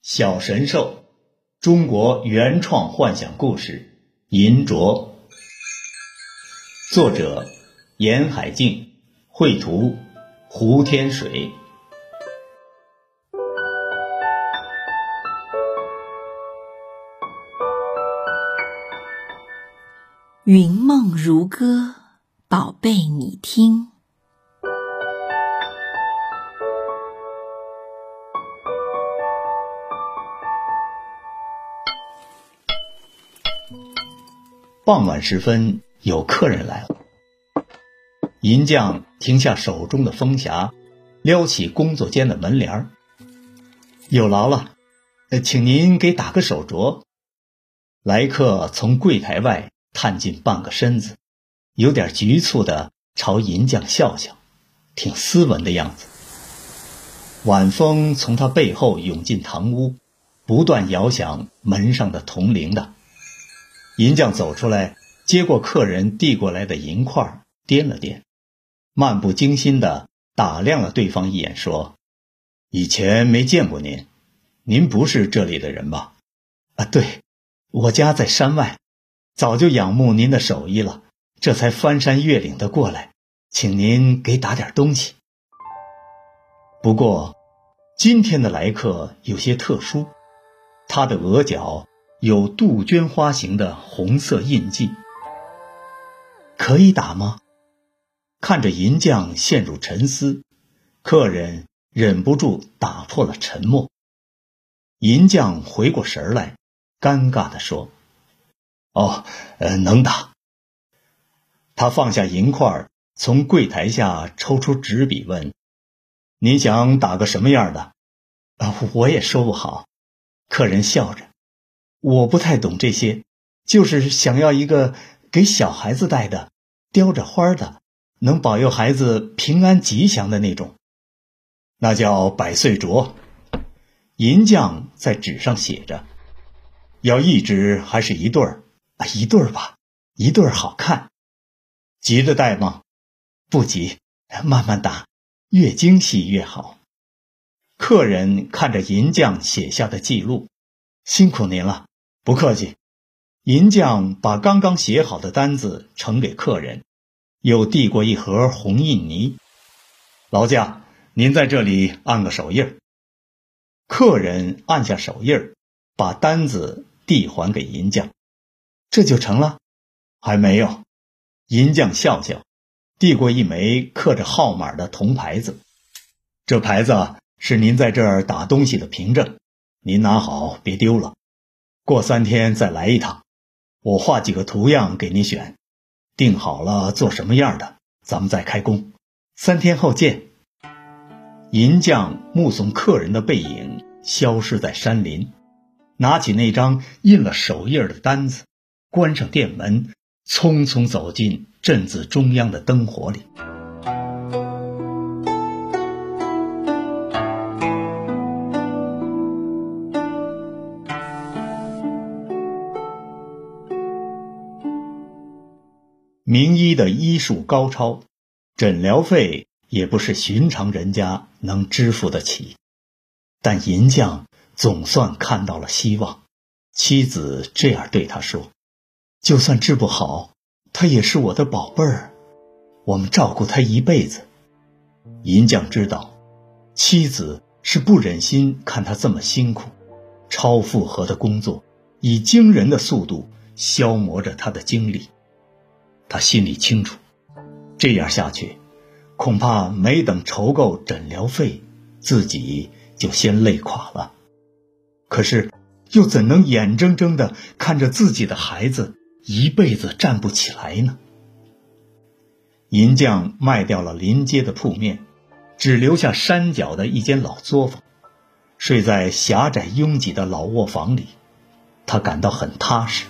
小神兽，中国原创幻想故事，银镯。作者严海静，绘图胡天水。 云梦如歌，宝贝你听。 傍晚时分，有客人来了。银匠停下手中的风匣，撩起工作间的门帘。有劳了，请您给打个手镯。来客从柜台外探进半个身子，有点局促地朝银匠笑笑，挺斯文的样子。晚风从他背后涌进堂屋，不断摇响门上的铜铃铛。银匠走出来，接过客人递过来的银块，掂了掂，漫不经心地打量了对方一眼，说：以前没见过您，您不是这里的人吧？对，我家在山外，早就仰慕您的手艺了，这才翻山越岭的过来，请您给打点东西。不过今天的来客有些特殊，他的额角有杜鹃花形的红色印记。可以打吗？看着银匠陷入沉思，客人忍不住打破了沉默。银匠回过神来，尴尬地说：能打。他放下银块，从柜台下抽出纸笔问：您想打个什么样的？我也说不好。客人笑着：我不太懂这些，就是想要一个给小孩子戴的，雕着花的，能保佑孩子平安吉祥的那种。那叫百岁镯。银匠在纸上写着：要一只还是一对儿？一对儿吧，一对儿好看。急着戴吗？不急，慢慢打，越精细越好。客人看着银匠写下的记录：辛苦您了。不客气。银匠把刚刚写好的单子呈给客人，又递过一盒红印泥。劳驾，您在这里按个手印。客人按下手印，把单子递还给银匠。这就成了？还没有。银匠笑笑，递过一枚刻着号码的铜牌子。这牌子是您在这儿打东西的凭证，您拿好别丢了。过3天再来一趟，我画几个图样给你选，定好了做什么样的，咱们再开工。3天后见。银匠目送客人的背影消失在山林，拿起那张印了手印的单子，关上店门，匆匆走进镇子中央的灯火里。名医的医术高超，诊疗费也不是寻常人家能支付得起。但银匠总算看到了希望，妻子这样对他说：就算治不好，他也是我的宝贝儿，我们照顾他一辈子。银匠知道，妻子是不忍心看他这么辛苦，超负荷的工作以惊人的速度消磨着他的精力。他心里清楚，这样下去，恐怕没等筹够诊疗费，自己就先累垮了。可是又怎能眼睁睁地看着自己的孩子一辈子站不起来呢？银匠卖掉了临街的铺面，只留下山脚的一间老作坊，睡在狭窄拥挤的老卧房里，他感到很踏实。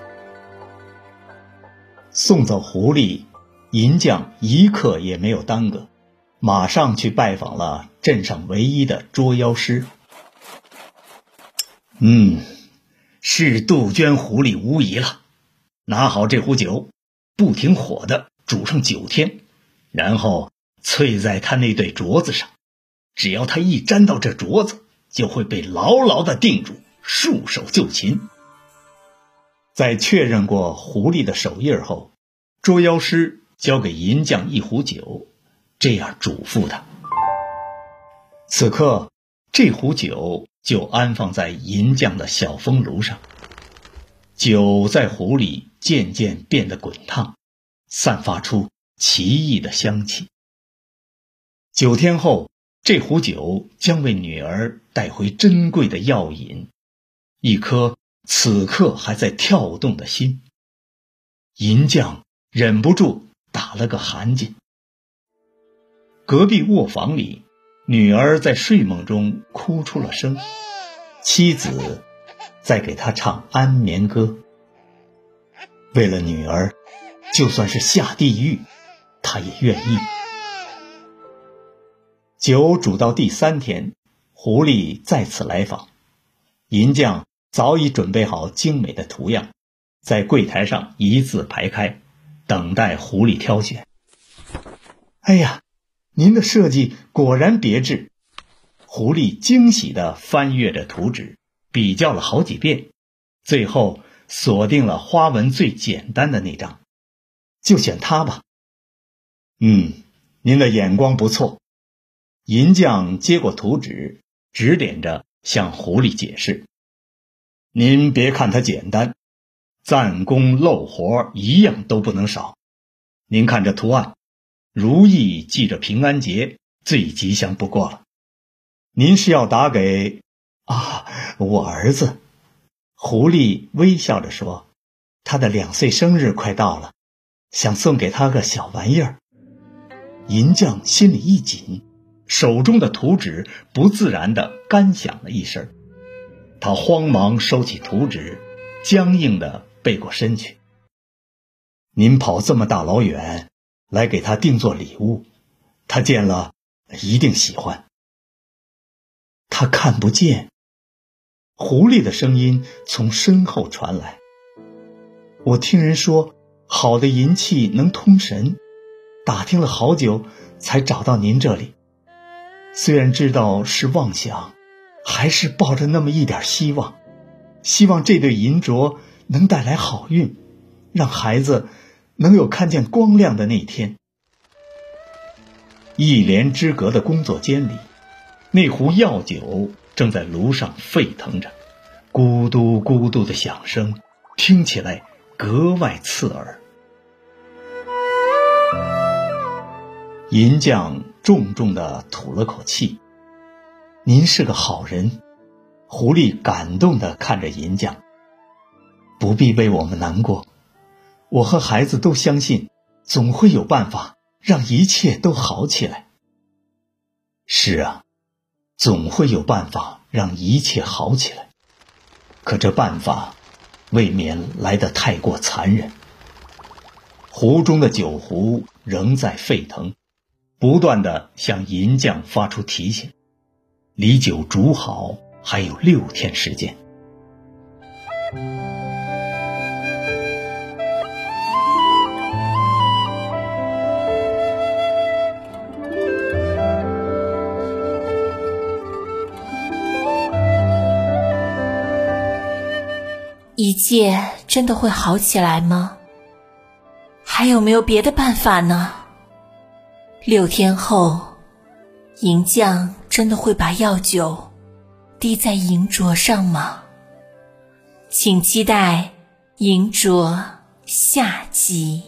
送走狐狸，银匠一刻也没有耽搁，马上去拜访了镇上唯一的捉妖师。是杜鹃狐狸无疑了。拿好这壶酒，不停火的煮上9天，然后淬在他那对镯子上。只要他一沾到这镯子， 就会被牢牢地定住，束手就擒。在确认过狐狸的手印后，捉妖师交给银匠一壶酒，这样嘱咐他。此刻，这壶酒就安放在银匠的小风炉上，酒在壶里渐渐变得滚烫，散发出奇异的香气。9天后，这壶酒将为女儿带回珍贵的药引，一颗此刻还在跳动的心。银匠忍不住打了个寒噤。隔壁卧房里，女儿在睡梦中哭出了声，妻子在给她唱安眠歌。为了女儿，就算是下地狱，她也愿意。酒煮到第3天，狐狸再次来访，银匠早已准备好精美的图样，在柜台上一字排开，等待狐狸挑选。哎呀，您的设计果然别致。狐狸惊喜地翻阅着图纸，比较了好几遍，最后锁定了花纹最简单的那张，就选它吧。您的眼光不错。银匠接过图纸，指点着向狐狸解释：您别看它简单，赞功漏活一样都不能少。您看这图案，如意记着平安节，最吉祥不过了。您是要打给我儿子？狐狸微笑着说，他的2岁生日快到了，想送给他个小玩意儿。银匠心里一紧，手中的图纸不自然地干响了一声，他慌忙收起图纸，僵硬地背过身去。您跑这么大老远来给他定做礼物，他见了一定喜欢。他看不见。狐狸的声音从身后传来，我听人说好的银器能通神，打听了好久才找到您这里。虽然知道是妄想，还是抱着那么一点希望，希望这对银镯能带来好运，让孩子能有看见光亮的那天。一连之隔的工作间里，那壶药酒正在炉上沸腾着，咕嘟咕嘟的响声听起来格外刺耳。银匠重重地吐了口气，您是个好人。狐狸感动地看着银匠，不必为我们难过，我和孩子都相信总会有办法让一切都好起来。是啊，总会有办法让一切好起来，可这办法未免来得太过残忍。壶中的酒壶仍在沸腾，不断地向银匠发出提醒，离酒煮好还有6天时间。 一切真的会好起来吗？还有没有别的办法呢？6天后，银匠真的会把药酒滴在银镯上吗？请期待银镯下集。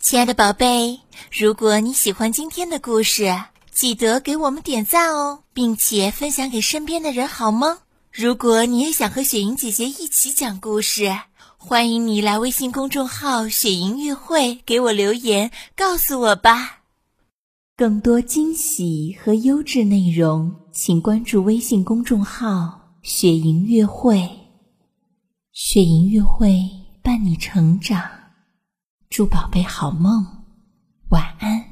亲爱的宝贝，如果你喜欢今天的故事，记得给我们点赞哦，并且分享给身边的人好吗？如果你也想和雪莹姐姐一起讲故事，欢迎你来微信公众号雪莹乐会给我留言告诉我吧。更多惊喜和优质内容，请关注微信公众号雪莹乐会。雪莹乐会伴你成长，祝宝贝好梦，晚安。